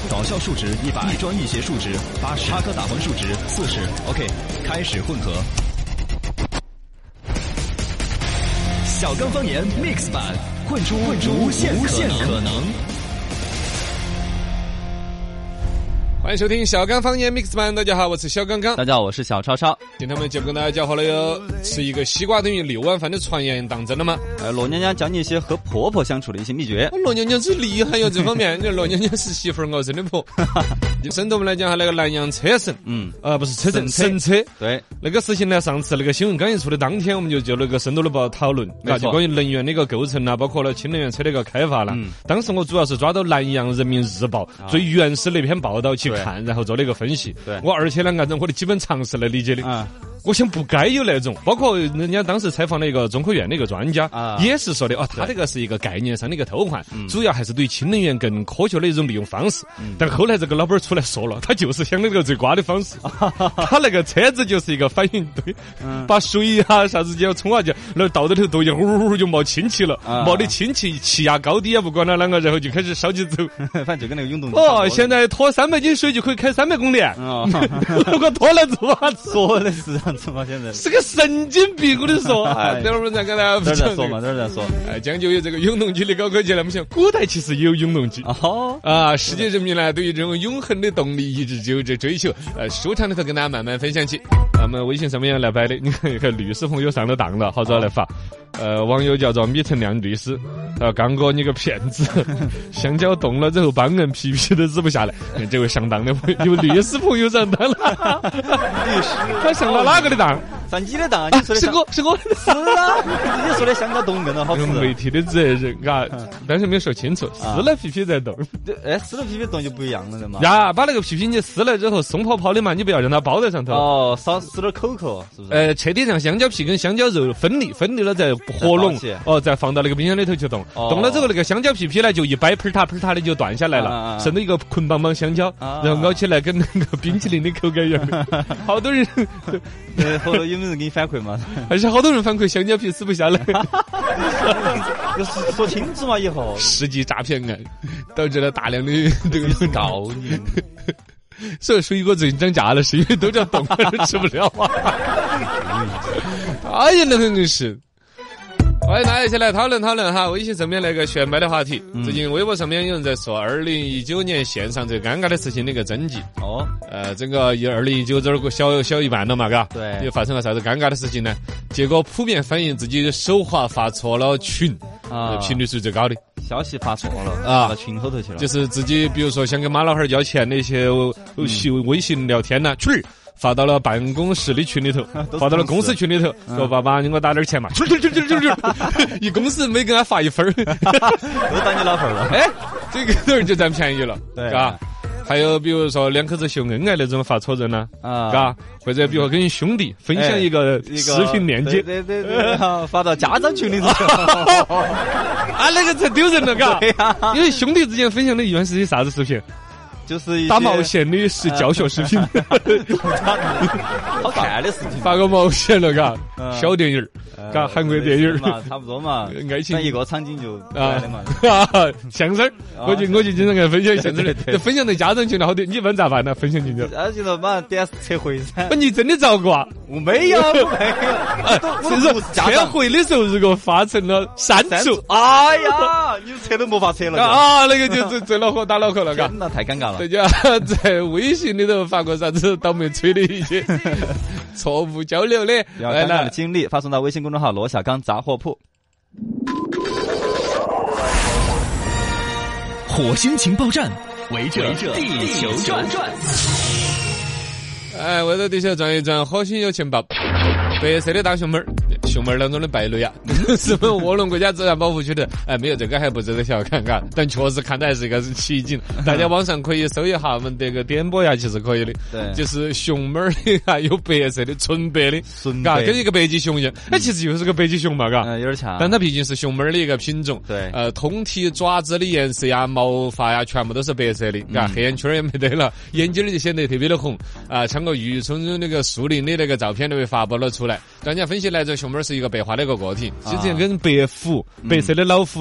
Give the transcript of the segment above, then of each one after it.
搞笑数值100，专业学数值80，插科打诨数值40。OK， 开始混合。小刚方言 Mix 版，混出无限可能。 欢迎收听小刚方言 Mix 版，大家好，我是小刚刚。 大家好，我是小超超。 今天我们节目跟大家讲好了哟，吃一个西瓜等于6碗饭的传言当真了吗？ 罗娘娘教你一些和婆婆相处的一些秘诀。 罗娘娘是厉害哟，这方面，罗娘娘是媳妇儿熬生的婆。深度我们来讲下那个南阳车神，不是车神，神车。 对， 那个事情呢，上次那个新闻刚一出的当天，我们就那个深度的报讨论，就关于能源的一个构成啊，包括了新能源车的一个开发啦。当时我主要是抓到南阳人民日报最原始那篇报道去看，然后做了一个分析。我而且呢，按照我的基本常识来理解的。我想不该有那种，包括人家当时采访了一个中科院的一个专家，也是说的他这个是一个概念上的一个偷换，主要还是对新能源更科学的一种利用方式。但后来这个老板出来说了，他就是想那个最瓜的方式，他那个车子就是一个反应堆，把水啊啥子就要冲下去，那道里头都就呼就冒氢气了，冒的氢气气压高低也不管了啷个，然后就开始烧起走。 反正就跟那个永动机。 现在拖300斤水就可以开300公里。如果拖来做啥子？ 说的是这样子吗？现在是个神经病，我跟你说。等会儿我们再跟大家讲。这儿再说嘛，这儿再说。 讲究有这个永动机的高科技呢，我们想古代其实也有永动机。世界人民呢对于这种永恒的动力一直就有着追求。书场里头跟大家慢慢分享起。我们微信上面来摆的，你看一个律师朋友上了当了，好早来发。网友叫做米成亮律师，刚哥你个骗子，香蕉冻了之后帮人皮皮都撕不下来。这位上当的有律师朋友上当了。律师他上了哪个的当？ 上你的当？你说的是我是啊，你说的香蕉冻更的好吃。 媒体的责任但是没说清楚，撕了皮皮再冻。 撕了皮皮冻就不一样了的嘛。 呀，把那个皮皮你撕了之后松泡泡的嘛，你不要让它包在上头。 少撕点口口，是不是？ 彻底让香蕉皮跟香蕉肉分离了再合拢，再放到那个冰箱里头去冻。冻了之后，那个香蕉皮皮呢就一掰，喷嗒的就断下来了，剩了一个捆绑绑香蕉，然后咬起来跟那个冰淇淋的口感一样的。好多人， 后头有没有人给你反馈嘛？ 还是好多人反馈香蕉皮撕不下来。 要说清楚嘛，以后世纪诈骗案导致了大量的这个告你。 所以水果最近涨价了，是因为都叫冻了吃不了啊。哎呀，那真是。欢迎大家一起来讨论哈，微信上面那个炫摆的话题。最近微博上面有人在说2019年线上最尴尬的事情的一个征集。整个2019这儿小一半了嘛，嘎。对。又发生了啥子尴尬的事情呢？结果普遍反映自己的手滑发错了群，频率是最高的。 消息发错了到群后头去了。就是自己比如说想跟马老汉交钱那些微信聊天呐，发到了办公室的群里头，发到了公司群里头，说爸爸你给我打点钱嘛，一公司没给他发一分都当你老头了。 这个人就占便宜了， 对吧？还有比如说两口子秀恩爱那种发错人呢，嘎，或者比如跟兄弟分享一个视频链接， 对，发到家长群里头， 那个才丢人了，嘎。因为兄弟之间分享的一般是些啥子视频？ 就是打毛线的是教学视频， 好看的视频， 发个毛线了，嘎，小电影，嘎，韩国电影嘛，差不多嘛， 爱情一个场景就来的嘛， 相声，我就经常给分享相声的，分享到家长群了，好的，你一般咋办呢？分享进去， 就说马上点撤回噻。 你真的着过啊？ 我没有， 撤回的时候如果发成了删除， 哎呀，你撤都没法撤了那个就最恼火打恼火了，嘎， 那太尴尬了。 大家在微信里头发过啥子倒霉催的一些错误交流的尴尬的经历，发送到微信公众号罗小刚杂货铺。 火星情报站，围着地球转。 围着地球转一转，火星有情报。白色的大熊猫当中的败类啊，日本卧龙国家自然保护区的，没有这个还不值得小看，嘎，但确实看来是一个奇景，大家网上可以搜一下，我们这个点播呀，其实可以的，对，就是熊猫的有白色的纯白的，嘎，跟一个北极熊一样，其实就是个北极熊嘛，嘎， 有点像， 但它毕竟是熊猫的一个品种， 对， 通体爪子的颜色呀、毛发呀，全部都是白色的，嘎，黑眼圈也没得了，眼睛就显得特别的红，像个郁葱葱那个树林的那个照片都被发布了出来，专家分析来这熊猫是一个白化的一个个体，其实跟白虎、白色的老虎啊，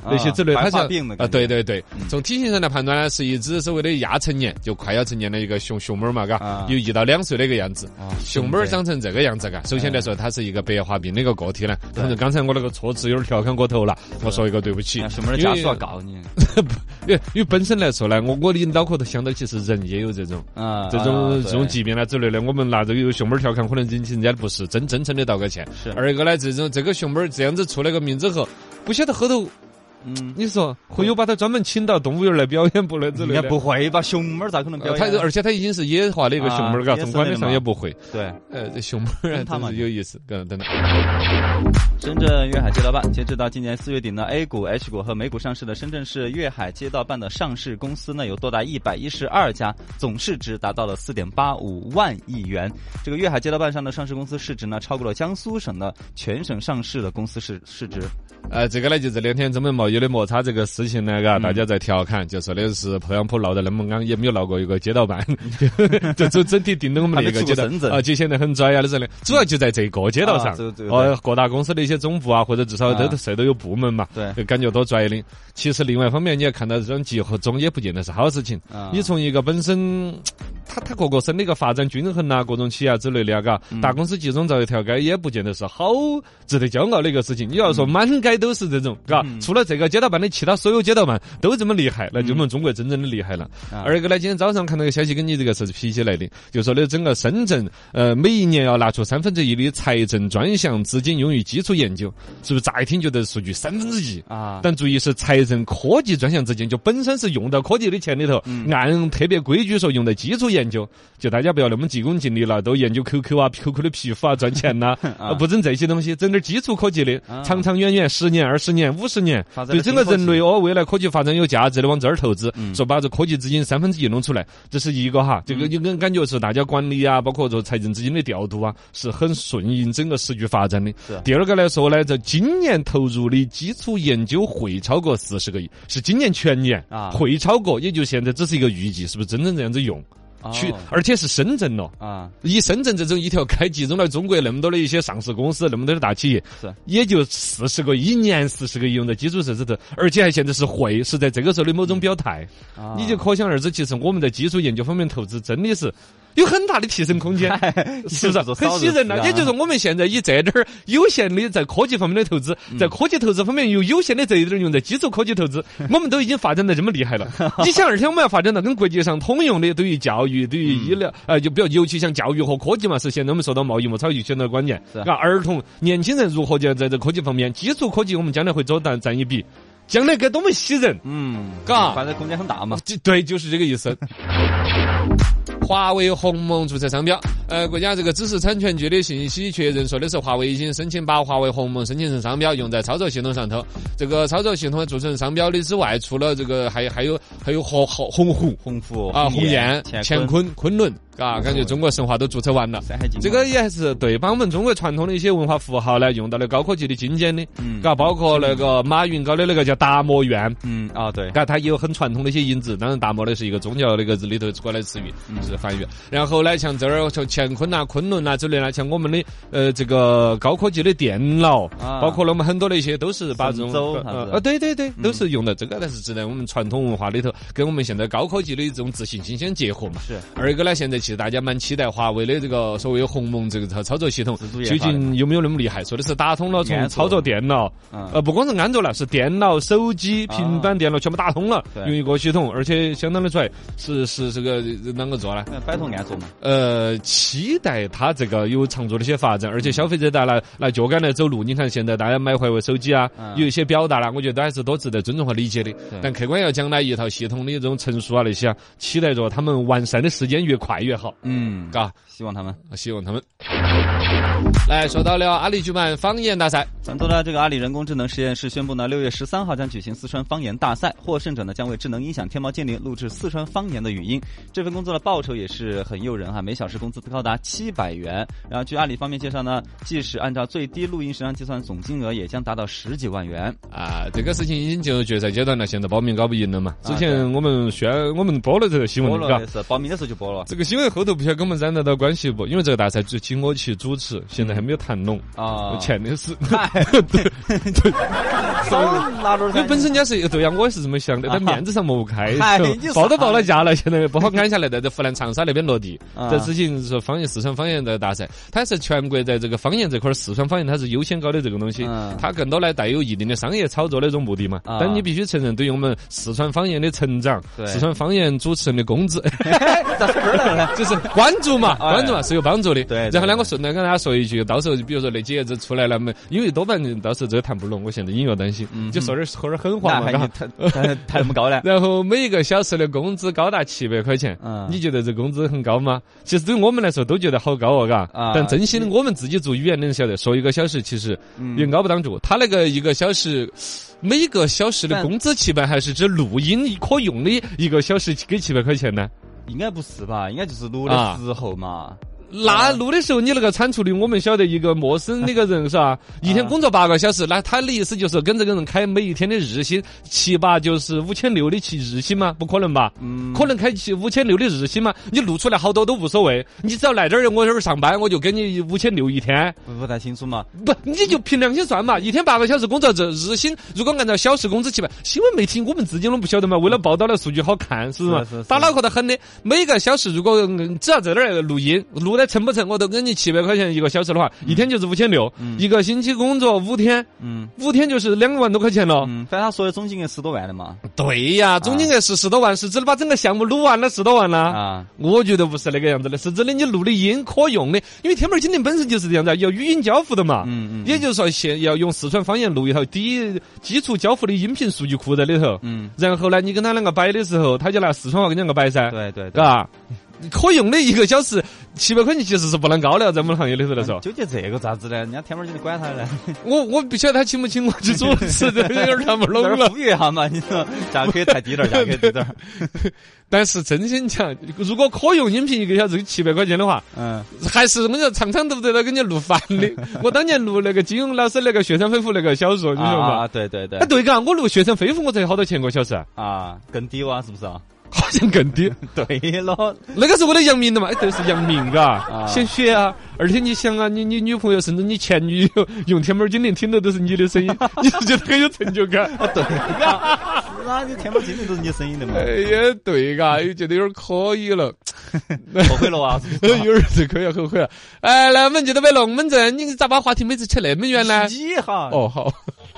那些之类，它是对对对。从体型上来判断呢，是一只所谓的亚成年，就快要成年的一个熊猫嘛，嘎，有1到2岁的一个样子。熊猫长成这个样子，嘎，首先来说，它是一个白化病的一个个体呢。可能刚才我那个措辞有点调侃过头了，我说一个对不起。 熊猫的家属要告你。 因为本身来说呢，我的脑壳头想到起是人也有这种这种疾病啦之类的，我们拿这个熊猫调侃，可能引起人家不是真诚的道个歉。二一个呢，这个熊猫这样子出了个名之后，不晓得后头。你说会有把它专门请到动物园来表演不呢之类的？ 应该不会吧？熊猫咋可能表演？ 而且它已经是野化的一个熊猫，嘎，从观念上也不会。 对， 这熊猫真是有意思。等等。 深圳粤海街道办截止到今年4月底呢 ，A 股、H 股和美股上市的深圳市粤海街道办的上市公司呢，有多达112家，总市值达到了4.85万亿元。这个粤海街道办上的上市公司市值呢，超过了江苏省的全省上市的公司市值。 这个呢，就这2天中美贸易的摩擦这个事情呢，嘎，大家在调侃，就说的是特朗普闹得那么刚，也没有闹过一个街道办，就整体定的我们那个街道就显得很拽呀的之类。主要就在这个街道上，各大公司的一些总部啊，或者至少都有部门嘛，对，感觉多拽的。其实另外一方面，你也看到这种集合中也不见得是好事情。你从一个本身，它各个省的一个发展均衡啊，各种企业之类的，嘎，大公司集中造一条街，也不见得是好值得骄傲的一个事情。你要说满街都是这种，嘎，除了这个街道办的其他所有街道办都这么厉害，那就我们中国真正的厉害了。二个呢，今天早上看到一个消息，跟你这个是匹起来的，就说的整个深圳，每一年要拿出1/3的财政专项资金用于基础研究，是不是？乍一听觉得数据1/3啊，但注意是财政科技专项资金，就本身是用到科技的钱里头，按特别规矩说用在基础研究，就大家不要那么急功近利了，都研究 QQ 啊、QQ 的皮肤啊赚钱呐，不整这些东西，整点基础科技的，长远10年、20年、50年，对整个人类未来科技发展有价值的往这儿投资，说把这科技资金1/3弄出来，这是一个哈，这个跟感觉是大家管理啊，包括这财政资金的调度啊，是很顺应整个时局发展的。第二个来说呢，这今年投入的基础研究会超过40个亿，是今年全年会超过，也就现在只是一个预计，是不是真正这样子用？而且是深圳了以深圳这种一条街集中了中国那么多的一些上市公司，那么多的大企业，也就40个亿，1年40个亿用在基础设施头，而且还现在是在这个时候的某种表态，你就可想而知，其实我们在基础研究方面投资真的是有很大的提升空间，是不是很喜人呢？也就是说，我们现在以这点儿有限的在科技方面的投资，在科技投资方面有限的这一点用在基础科技投资，我们都已经发展得这么厉害了。你想2天我们要发展到跟国际上通用的，对于教育、对于医疗，就比较尤其像教育和科技嘛，是现在我们受到贸易摩擦就显得关键。儿童、年轻人如何就在这科技方面，基础科技我们将来会占一笔，将来该多么喜人， 发展空间很大嘛。 对，就是这个意思。华为鸿蒙注册商标，国家这个知识产权局的信息确认说的是，华为已经申请把华为鸿蒙申请成商标，用在操作系统上头。这个操作系统注册成商标的之外，除了这个还有鸿鹄啊、鸿雁、乾坤、昆仑。感觉中国神话都注册完了，这个也是对，把我们中国传统的一些文化符号呢，用到了高科技的精简的，包括那个马云搞的那个叫达摩院， 对， 它也有很传统的一些影子，当然达摩的是一个宗教那个里头过来词语，是梵语。然后呢，像这儿像乾坤啊、昆仑啊之类的，像我们的这个高科技的电脑，包括了我们很多的一些都是把这种对，都是用的，这个才是值得我们传统文化里头跟我们现在高科技的这种自信新鲜结合嘛。是。二一个呢，现在其实大家蛮期待华为的这个所谓鸿蒙这个操作系统究竟有没有那么厉害，说的是打通了从操作电脑不光是安卓了，是电脑、手机、平板电脑全部打通了，用一个系统，而且相当的出来是这个啷个做呢？ 摆脱安卓嘛。 期待它这个有长足的一些发展，而且消费者来脚杆来走路，你看现在大家买华为手机啊，有一些表达了，我觉得还是多值得尊重和理解的。但客观要讲呢，一套系统的这种成熟啊那些啊，期待着他们完善的时间越快越好。 希望他们。 来，说到了阿里举办方言大赛， 咱们的这个阿里人工智能实验室宣布呢，6月13号将举行4川方言大赛，获胜者呢将为智能音响天猫精灵录制4川方言的语音。这份工作的报酬头也是很诱人哈，每小时工资高达700元。然后据阿里方面介绍呢，即使按照最低录音时长计算，总金额也将达到10几万元啊！这个事情已经进入决赛阶段了，现在报名搞不赢了嘛？之前我们播了这个新闻， 是报名的时候就播了。 这个新闻后头不晓得跟我们沾得到关系不？因为这个大赛只请我去主持，现在还没有谈拢啊，钱的事。对，因为本身人家是对呀，我也是这么想的，但面子上抹不开，报都报了价了，现在不好赶下来，在湖南长沙那边落地。这事情是四川方言的大赛，它是全国在这个方言这块，四川方言它是优先搞的这个东西，它更多来带有一定的商业操作的这种目的嘛。但你必须承认，对于我们四川方言的成长，四川方言主持人的工资，就是关注嘛，是有帮助的。 对。 然后呢，我顺带跟大家说一句，到时候比如说那几爷子出来了，因为多半到时候这个谈不拢，我现在隐约担心，就说点狠话嘛， 谈那么高呢？ 然后每一个小时的工资高达700块钱，你觉得这工资很高吗？其实对我们来说都觉得好高哦，嘎。但真心我们自己做语言的人晓得，说一个小时其实远高不当主。他那个一个小时，每个小时的工资700，还是指录音可用的一个小时给700块钱呢？ 应该不是吧？应该就是录的时候嘛。 那录的时候，你那个产出率，我们晓得一个陌生那个人是吧？一天工作8个小时，那他的意思就是跟这个人开每一天的日薪，700就是5600的日薪吗？不可能吧？可能开5600的日薪吗？你录出来好多都无所谓，你只要来这儿，我这儿上班，我就给你5600一天。 不太清楚嘛？ 不，你就凭良心算嘛，一天8个小时工作，这日薪如果按照小时工资700，新闻媒体我们自己都不晓得嘛。为了报道的数据好看，是不是？打脑壳的很的，每个小时如果只要在那儿录音，录的成不成，我都给你700块钱一个小时的话，一天就是5600，一个星期工作5天，5天就是2万多块钱了。 反正他说的总金额10多万的嘛。 对呀，总金额是10多万，是指把整个项目录完了10多万了啊。我觉得不是那个样子的，是指的你录的音可用的，因为天门精灵本身就是这样子，要语音交付的嘛。也就是说，要用四川方言录一套基础交付的音频数据库在里头。然后呢，你跟他两个摆的时候，他就拿四川话跟你两个摆噻。 对，是吧？可用的一个小时700块钱其实是不能高的，在我们行业里头来说。 纠结这个咋子呢？人家天门经理管他呢。 我不晓得他请不请我去主持的，有点谈不拢了。 呼吁一下嘛，你说价格太低了，价格低点。 但是真心讲，如果可用音频一个小时700块钱的话，还是我跟你说，场场都得到给你录烦的。我当年录那个金庸老师那个《雪山飞狐》那个小说，你说嘛？ 对。 哎，对嘎，我录《雪山飞狐》我才好多钱一个小时啊？更低哇，是不是啊？ 好像更低。 对了， 那个是我的杨明的嘛？哎，对，是杨明嘎，显学啊。而且你想啊，你女朋友甚至你前女友用天门精灵听的都是你的声音，你是觉得很有成就感啊？对呀，是啊，你天门精灵都是你声音的嘛？ 哎呀，对嘎，又觉得有点可以了， 后悔了啊， 有点是可以后悔了。哎，来，我们接着摆龙门阵，你咋把话题每次扯那么远呢？ 你哈， 哦好。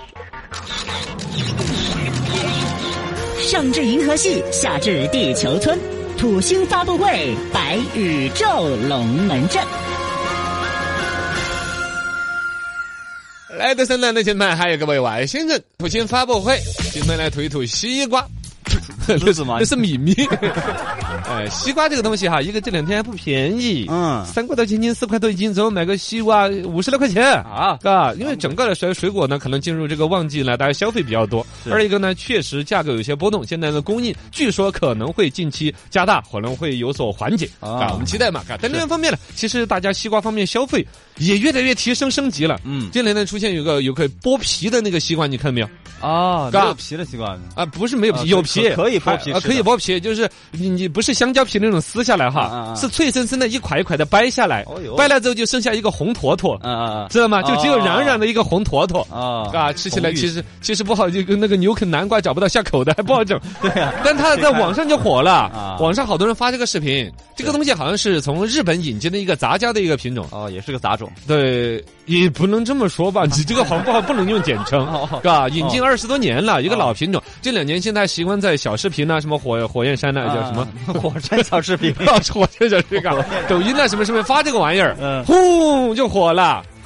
上至银河系，下至地球村，土星发布会摆宇宙龙门阵。 来的是南的键盘，还有各位外星人。土星发布会，今天来推西瓜。这是秘密。哎，西瓜这个东西哈，一个这2天还不便宜，3块多钱斤，4块多一斤，之后买个西瓜50来块钱啊，嘎，因为整个的水果呢，可能进入这个旺季呢，大家消费比较多。而一个呢，确实价格有些波动，现在的供应据说可能会近期加大，可能会有所缓解啊，我们期待嘛。但另一方面呢，其实大家西瓜方面消费也越来越提升升级了。近年呢出现有可以剥皮的那个西瓜，你看到没有？ 啊，没有皮的西瓜啊，不是没有皮，有皮可以剥皮啊，可以剥皮，就是你不是香蕉皮那种撕下来哈，是脆生生的一块一块的掰下来，掰了之后就剩下一个红坨坨，知道吗？就只有软软的一个红坨坨啊，吃起来其实不好，就跟那个牛啃南瓜找不到下口的还不好整。 对呀， 但它在网上就火了，网上好多人发这个视频，这个东西好像是从日本引进的一个杂交的一个品种哦，也是个杂种。 对，也不能这么说吧，你这个好不好不能用简称，嘎，引进20多年了，一个老品种，这2年现在习惯在小视频啊，什么火焰山叫什么火山小视频， 火山小视频，抖音啊什么发这个玩意儿，呼就火了。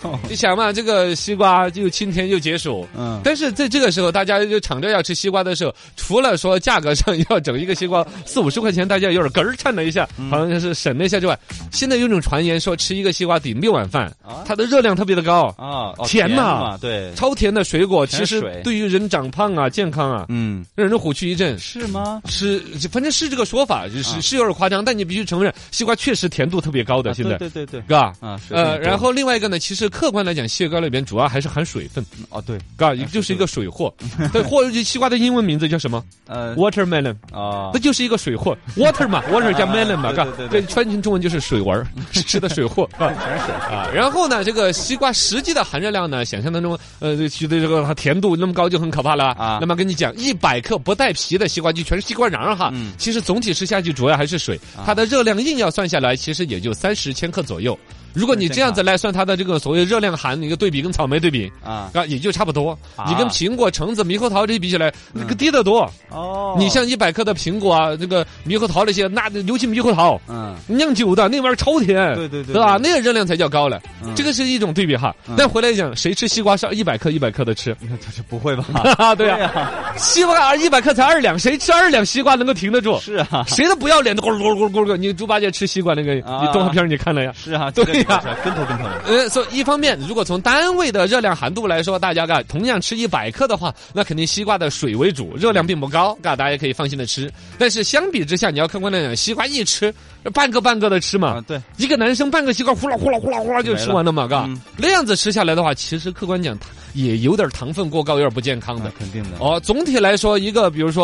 你想嘛，这个西瓜又晴天又解暑，但是在这个时候，大家就抢着要吃西瓜的时候，除了说价格上要整一个西瓜40-50块钱，大家有点咯儿颤了一下，好像是省了一下之外，现在有种传言说吃一个西瓜顶6碗饭，它的热量特别的高甜嘛， 对， 超甜的水果，其实对于人长胖啊、健康啊，让人虎躯一震。 是吗？ 是，反正是这个说法，是有点夸张，但你必须承认，西瓜确实甜度特别高的，现在对， 是吧？ 然后另外一个呢，其实客观来讲，西瓜里边主要还是含水分。 对， 嘎，就是一个水货。对，或者西瓜的英文名字叫什么？watermelon 那就是一个水货。water 嘛，water 加 melon 嘛，嘎，对，翻成中文就是水丸，吃的水货全是水啊。然后呢，这个西瓜实际的含热量呢，想象当中，觉得这个甜度那么高就很可怕了啊。那么跟你讲，100克不带皮的西瓜就全是西瓜瓤哈，其实总体吃下去主要还是水，它的热量硬要算下来，其实也就30千克左右。如果你这样子来算它的这个所谓热量含一个对比，跟草莓对比也就差不多。你跟苹果、橙子、猕猴桃这些比起来，那个低得多。你像100克的苹果啊，这个猕猴桃那些，那尤其猕猴桃，酿酒的那玩意儿超甜，对吧？那个热量才叫高了。这个是一种对比哈。但回来讲，谁吃西瓜是100克100克的吃？ 不会吧？ 对呀，西瓜100克才2两，谁吃2两西瓜能够停得住？ 是啊， 谁都不要脸的咕咕咕咕咕。你猪八戒吃西瓜那个，你动画片你看了呀？ 是啊， 对。 跟头的。 所以一方面，如果从单位的热量含度来说，大家同样吃100克的话，那肯定西瓜的水为主，热量并不高，大家也可以放心的吃。但是相比之下，你要客观的讲，西瓜一吃半个的吃嘛， 对， 一个男生半个西瓜呼啦呼啦就吃完了嘛，那样子吃下来的话，其实客观讲，它也有点糖分过高，有点不健康的， 肯定的。 总体来说，一个比如说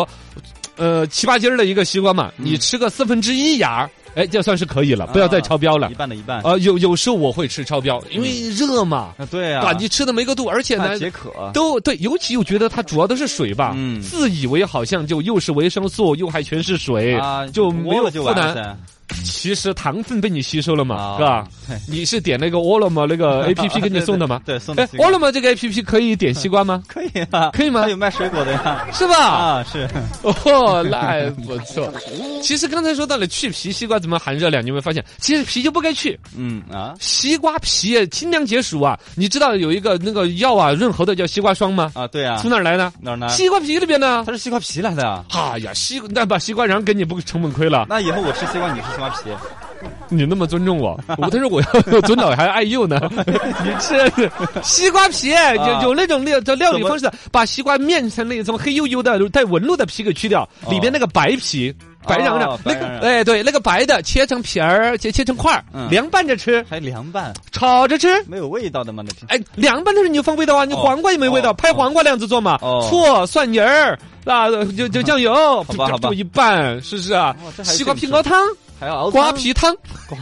7、8斤的一个西瓜嘛，你吃个1/4牙。这算是可以了，不要再超标了。 一半的一半。 有时候我会吃超标，因为热嘛。 对啊。 你吃的没个度，而且呢， 解渴。 都对，尤其又觉得它主要都是水吧。自以为好像就又是维生素，又还全是水，就没有负担。其实糖分被你吸收了嘛，是吧？你是点那个饿了么那个 APP 给你送的吗？ 对，送的。 饿了么这个 APP 可以点西瓜吗？ 可以啊， 可以吗？ 它有卖水果的呀， 是吧？ 是。 那还不错。其实刚才说到了去皮西瓜怎么含热量，你有没有发现？其实皮就不该去。西瓜皮清凉解暑啊！你知道有一个那个药啊润喉的叫西瓜霜吗？ 对啊。 从哪儿来的？ 哪儿呢？ 西瓜皮里边呢？ 它是西瓜皮来的啊！ 那把西瓜瓤给你不成本亏了？ 那以后我吃西瓜，你吃西瓜皮。 你那么尊重我，但是我要尊老还爱幼呢。你吃西瓜皮，有那种料理方式，把西瓜面成那种黑黝黝的带纹路的皮给去掉，里边那个白皮。白瓤瓤，那个对，那个白的切成皮儿，切成块儿，凉拌着吃， 还凉拌， 炒着吃， 没有味道的吗？那凉拌的时候你就放味道啊，你黄瓜也没味道，拍黄瓜那样子做嘛，醋、蒜泥儿，就酱油，就一拌，是不是啊？西瓜皮熬汤， 还要熬瓜皮汤，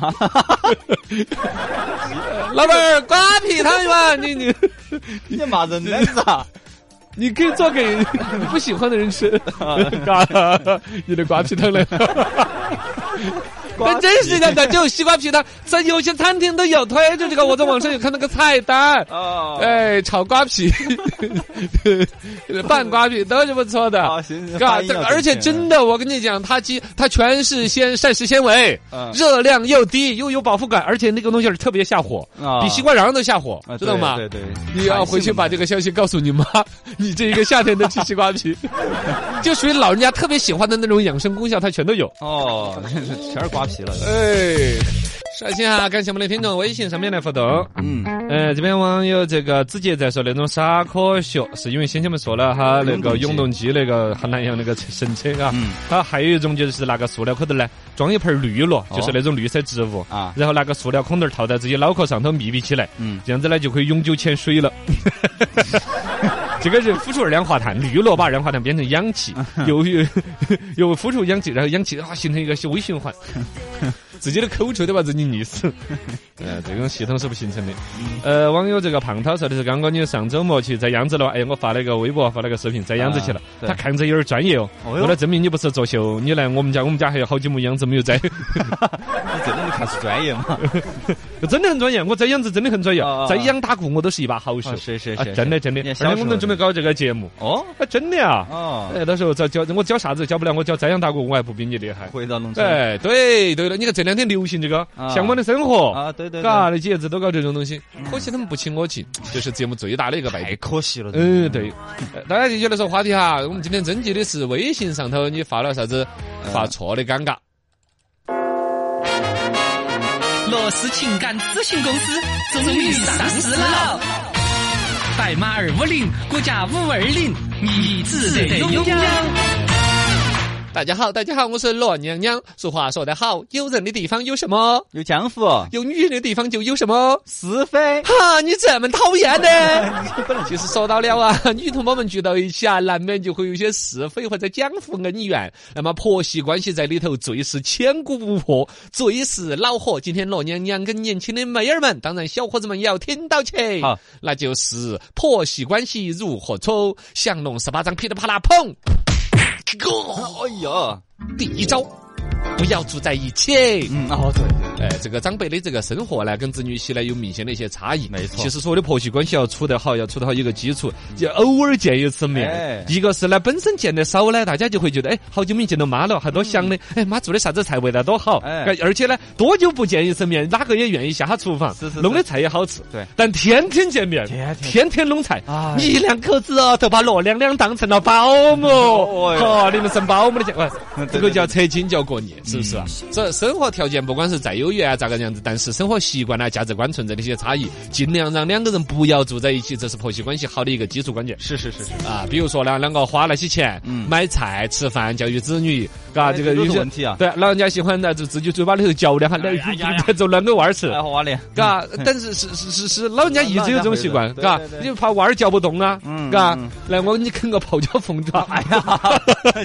老板儿瓜皮汤嘛， 你骂人呢是啊？ 你可以做给你不喜欢的人吃，你的瓜皮汤嘞。但真实的就西瓜皮汤，在有些餐厅都有推着这个，我在网上有看那个菜单，炒瓜皮、拌瓜皮都是不错的，而且真的，我跟你讲，它全是膳食纤维，热量又低，又有饱腹感，而且那个东西是特别下火，比西瓜瓤都下火，知道吗？ 对， 你要回去把这个消息告诉你妈，你这一个夏天的吃西瓜皮，就属于老人家特别喜欢的那种养生功效，它全都有。 全是瓜皮了。 首先感谢我们的听众微信上面来互动。这边网友这个子杰在说那种傻科学，是因为先前我们说了哈，那个永动机那个和南阳那个神车啊，它还有一种就是拿个塑料口袋呢装一盆绿萝，就是那种绿色植物啊，然后拿个塑料孔袋套在自己脑壳上头密闭起来，这样子呢就可以永久潜水了。这个是呼出二氧化碳，绿萝把二氧化碳变成氧气，又呼出氧气，然后氧气形成一个微循环。自己的口臭都把自己溺死，这种系统是不形成的。网友这个胖涛说的是，刚刚你上周末去在扬子了，我发了一个微博，发了个视频，在扬子去了，他看着有点专业为了证明你不是作秀，你来我们家还有好几亩秧子没有栽。 你怎么还是专业嘛， 真的很专业。我在养殖真的很专业，在养大户我都是一把好手。 是真的。而且我们准备搞这个节目哦， 真的啊。 哦， 到时候教我教啥子教不了，我教栽养大户，我还不比你厉害。 回到农村。 对了，你看这两天流行这个向往的生活啊，对， 嘎，那几爷子都搞这种东西，可惜他们不请我去，这是节目最大的一个败笔， 太可惜了。 对，大家继续来说话题哈。我们今天征集的是微信上头你发了啥子发错的尴尬。 乐视情感咨询公司终于上市了，代码250，股价520，你值得拥有。 大家好，我是罗娘娘。俗话说得好，有人的地方有什么？ 有江湖， 有女人的地方就有什么？ 是非。 哈，你这么讨厌呢？其实说到了啊，女同胞们聚到一起啊，难免就会有一些是非或者江湖恩怨。那么婆媳关系在里头最是千古不破，最是恼火。今天罗娘娘跟年轻的妹儿们，当然小伙子们也要听到起。 好， 那就是婆媳关系如何处，降龙18掌噼里啪啦砰。 哎呀， 第一招，不要住在一起。对，这个长辈的这个生活呢，跟子女媳呢有明显的一些差异。 没错， 其实所有的婆媳关系要处得好一个基础，就偶尔见一次面。一个是呢，本身见得少呢，大家就会觉得，好久没见到妈了，还多想的。妈做的啥子菜味道多好。而且呢，多久不见一次面，哪个也愿意下厨房，弄的菜也好吃。 对， 但天天见面，天天弄菜，你两口子都把罗娘娘当成了保姆。你们生保姆的钱，这个叫扯亲，叫过年，是不是啊？这生活条件不管是再优越啊，咋个样子，但是生活习惯啊、价值观存在的一些差异，尽量让两个人不要住在一起，这是婆媳关系好的一个基础关键。 是啊，比如说呢，两个花那些钱，买菜、吃饭、教育子女，嘎，这个有些问题啊。 对，老人家喜欢在自己嘴巴里头嚼两下，就两个娃儿吃， 好嘞， 嘎。但是老人家一直有这种习惯，嘎，你怕娃儿嚼不动啊，嘎，来你啃个泡椒凤爪，哎呀。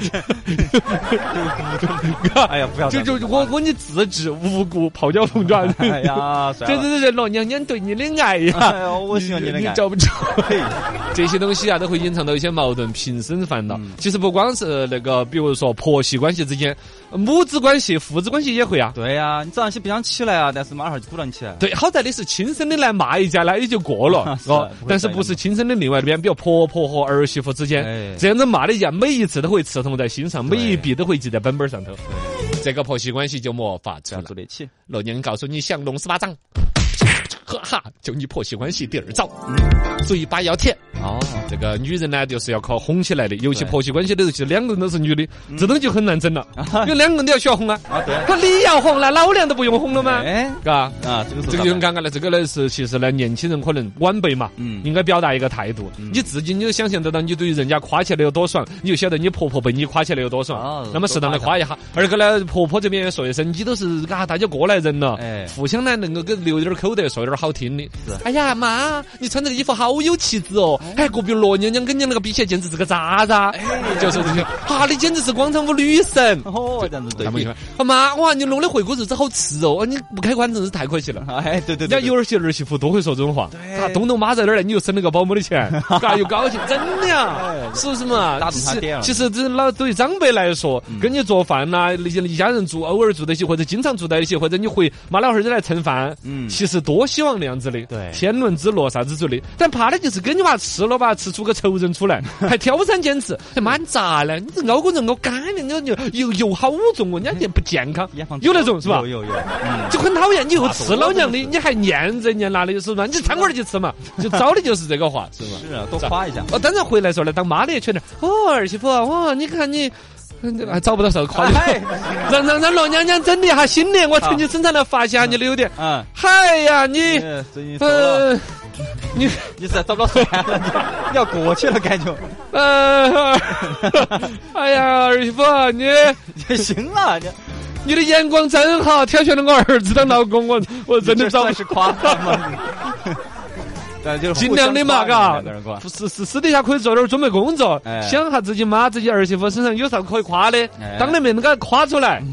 哎呀，不要！ 就我你自制无辜泡椒凤爪。 哎呀， 这罗娘娘对你的爱呀！ 哎呀，我喜欢你的爱， 你找不着。这些东西啊，都会隐藏到一些矛盾、平生烦恼。其实不光是那个，比如说婆媳关系之间，母子关系、父子关系也会啊。 对呀，你早上起不想起来啊，但是马上就鼓捣起来。 对，好在的是亲生的来骂一架呢，也就过了。但是不是亲生的另外一边，比如婆婆和儿媳妇之间，这样子骂的一架，每一次都会刺痛在心上，每一笔都会记在本本上头。这个婆媳关系就没法处了。罗娘告诉你，降龙18掌，哈，就你婆媳关系第2招，嘴巴要甜。这个女人呢，就是要靠哄起来的，尤其婆媳关系的时候，两个人都是女的，这东西就很难整了，因为两个人都要学哄啊。对，你要哄，那老娘都不用哄了吗？嘎这个就很尴尬了。这个呢是其实呢，年轻人可能晚辈嘛，应该表达一个态度。你自己你就想象得到，你对于人家夸起来有多爽，你就晓得你婆婆被你夸起来有多爽。那么适当的夸一下。二个呢，婆婆这边说一声，你都是大家过来人了，互相呢能够给留点口德，说点好听的。哎呀妈，你穿这个衣服好有气质哦！隔壁罗娘娘跟你那个比起来简直是个渣渣。就是这些，你简直是广场舞女神。 这样子对。 他们喜欢妈，哇，你弄的回锅肉子好吃哦！你不开关真是太可惜了。 对。 人家有儿媳妇都会说这种话。东东妈在那儿来，你又省了个保姆的钱，又高兴，真的呀，是不是嘛？ 打动他点了。 其实这对于长辈来说，跟你做饭呐，一家人住偶尔住在一起，或者经常住在一起，或者你回妈老汉儿来蹭饭，其实多希望那样子的。对，天伦之乐啥子之类的，但怕的就是跟你娃吃了吧，吃出个仇人出来，还挑三拣四。妈，你咋了？你这熬锅人熬干的，你油好重哦，人家也不健康。有那种是吧？ 有， 就很讨厌。你又吃老娘的，你还念这念那的，是吧？你餐馆去吃嘛，就招的就是这个话，是吧？ 是啊，多夸一下。 当然回来说呢，当妈的也缺点。儿媳妇，哇，你看你。还找不到啥夸的，让罗娘娘整理一下心里。我曾经身上来发现你的优点。嗨呀，你你是找不到水了，你要过去了感觉。 哎呀，儿媳妇，你行了， 你的眼光真好，挑选了我儿子当老公，我真的找是夸他吗？ 尽量的嘛，嘎，私底下可以做点准备工作，想下自己妈、自己儿媳妇身上有啥可以夸的，当然没那个夸出来，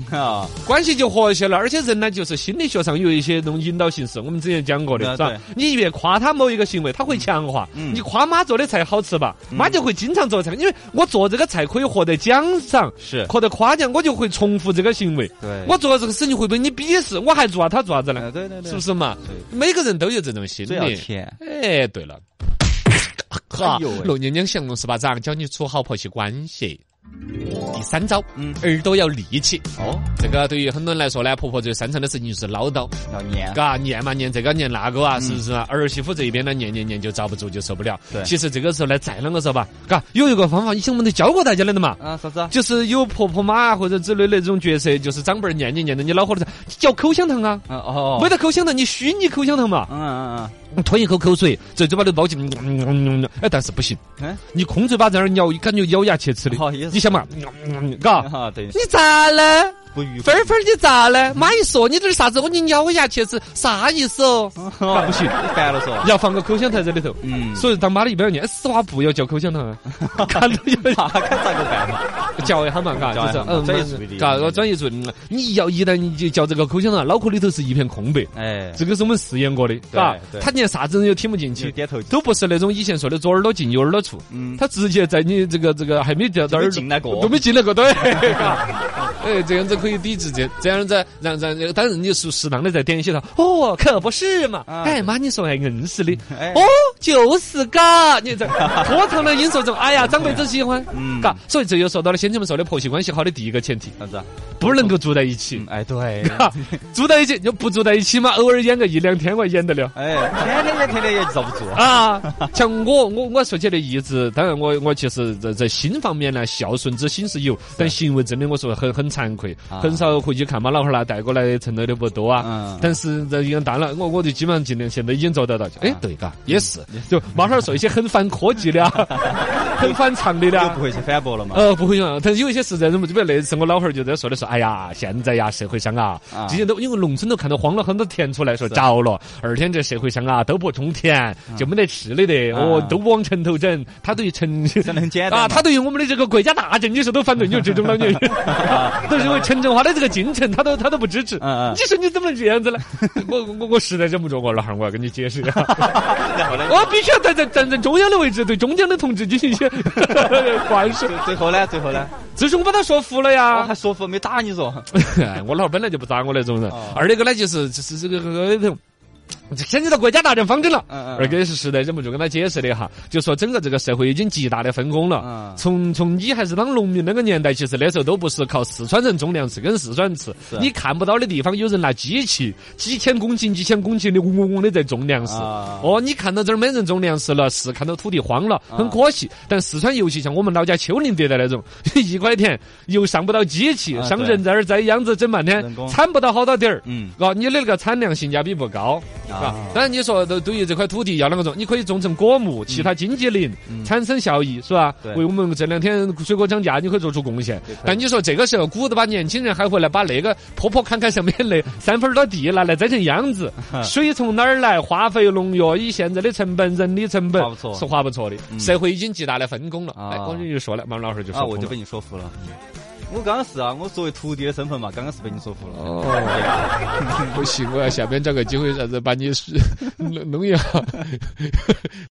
啊， 关系就和谐了。而且人呢，就是心理学上有一些那种引导形式，我们之前讲过的，是吧对？ 你越夸他某一个行为，他会强化。你夸妈做的菜好吃吧，妈就会经常做菜，因为我做这个菜可以获得奖赏， 是获得夸奖，我就会重复这个行为。 对， 我做这个事情会被你鄙视，我还做啊，他做啥子呢？ 对， 是不是嘛？每个人都有这种心最要理。 甜。 哎，对了，哈哎呦喂， 罗娘娘降龙十八掌教你处好婆媳关系。第3招，耳朵要立起。 哦， 这个对于很多人来说呢，婆婆最擅长的事情就是唠叨， 要念， 嘎念嘛念这个念那个啊，是不是啊？儿媳妇这一边呢念就遭不住就受不了。 对， 其实这个时候呢，再啷个说吧，嘎有一个方法，以前我们都教过大家的嘛。 啊，啥子啊？ 就是有婆婆妈或者之类的这种角色，就是长辈儿念的你恼火的时候，嚼口香糖啊。 哦， 没得口香糖，你虚拟口香糖嘛。吞一口口水，在嘴巴里包进，但是不行，你空嘴巴在那儿咬，感觉咬牙切齿的。你想嘛，嘎， 对， 你咋了？ 不愉快， 芬芬你咋了？妈一说你这是啥子？你咬牙切齿，啥意思哦？不行， 烦了说， 要放个口香糖在里头。所以当妈的一边念死话不要嚼口香糖啊，看到有看咋个办嘛？ 嚼一下嘛，嘎，就是专业注意， 嘎，我专业注意。你要一旦你就嚼这个口香糖，脑壳里头是一片空白。 哎， 这个是我们试验过的，嘎，他念啥子都听不进去， 点头都不是那种以前说的左耳朵进右耳朵出，他直接在你这个还没掉到耳进来过， 都没进来过，对，哎，这样子可以抵制这样子让当然你适当的再点一些它，哦，可不是嘛，哎妈，你说还硬是的，哦，就是嘎，你这拖长了音说中，哎呀，长辈子喜欢，嘎，所以这又说到了先前我们说的婆媳关系好的第一个前提， 啥子？ 不能够住在一起， 哎，对， 住在一起就不住在一起嘛，偶尔演个1-2天我演得了， 哎，天天也遭不住啊。像我说起的意志，当然我其实在心方面呢，孝顺之心是有，但行为真的我说很惭愧，很少回去看妈老汉儿啦，带过来承诺的不多啊。但是这一样当然，我就基本上尽量现在已经做得到。哎，对嘎，也是，就妈老汉儿说一些很反科技的啊，很反常理的啊， 不会去反驳了嘛？ 不会用，但是有一些实在忍不住，比如那次我老汉儿就在说的说，哎呀，现在呀社会上啊，之前都因为农村都看到荒了很多田出来，说着了，2天这社会上啊都不种田，就没得吃的的，都往城头整。他对于城很简单啊，他对于我们的这个国家大政，你说都反对，你说这种老年人都认为城镇化的这个进程，他都不支持。你说你怎么能这样子呢？我实在忍不住，我老汉儿我要跟你解释啊，我必须要站在中央的位置，对中央的统治进行一些灌输。 最后呢？ 最终我把他说服了呀， 还说服没打你说？ 我老汉儿本来就不打我那种人。二那个呢，就是这个。牵扯到国家大政方针了，而且是实在忍不住跟他解释的哈，就说整个这个社会已经极大的分工了。从你还是当农民那个年代，其实那时候都不是靠四川人种粮食跟四川人吃，你看不到的地方有人拿机器几千公顷的嗡嗡的在种粮食。你看到这儿没人种粮食了，是看到土地荒了，很可惜。但四川尤其像我们老家丘陵地带那种，1块田又上不到机器，上人在那儿栽秧子整半天，产不到好多点儿。你的那个产量性价比不高。当然你说对于这块土地要啷个种，你可以种成果木，其他经济林，产生效益是吧？为我们这2天水果涨价，你可以做出贡献。但你说这个时候鼓捣把年轻人还回来把那个坡坎上面那3分多地拿来栽成秧子，水从哪儿来？化肥农药以现在的成本、人力成本是划不错的。社会已经极大的分工了。我就说了，马老师就说我就被你说服了。我刚刚是啊，我作为徒弟的身份嘛，刚刚是被你说服了。 不行，我要下边找个机会啥子把你弄一下。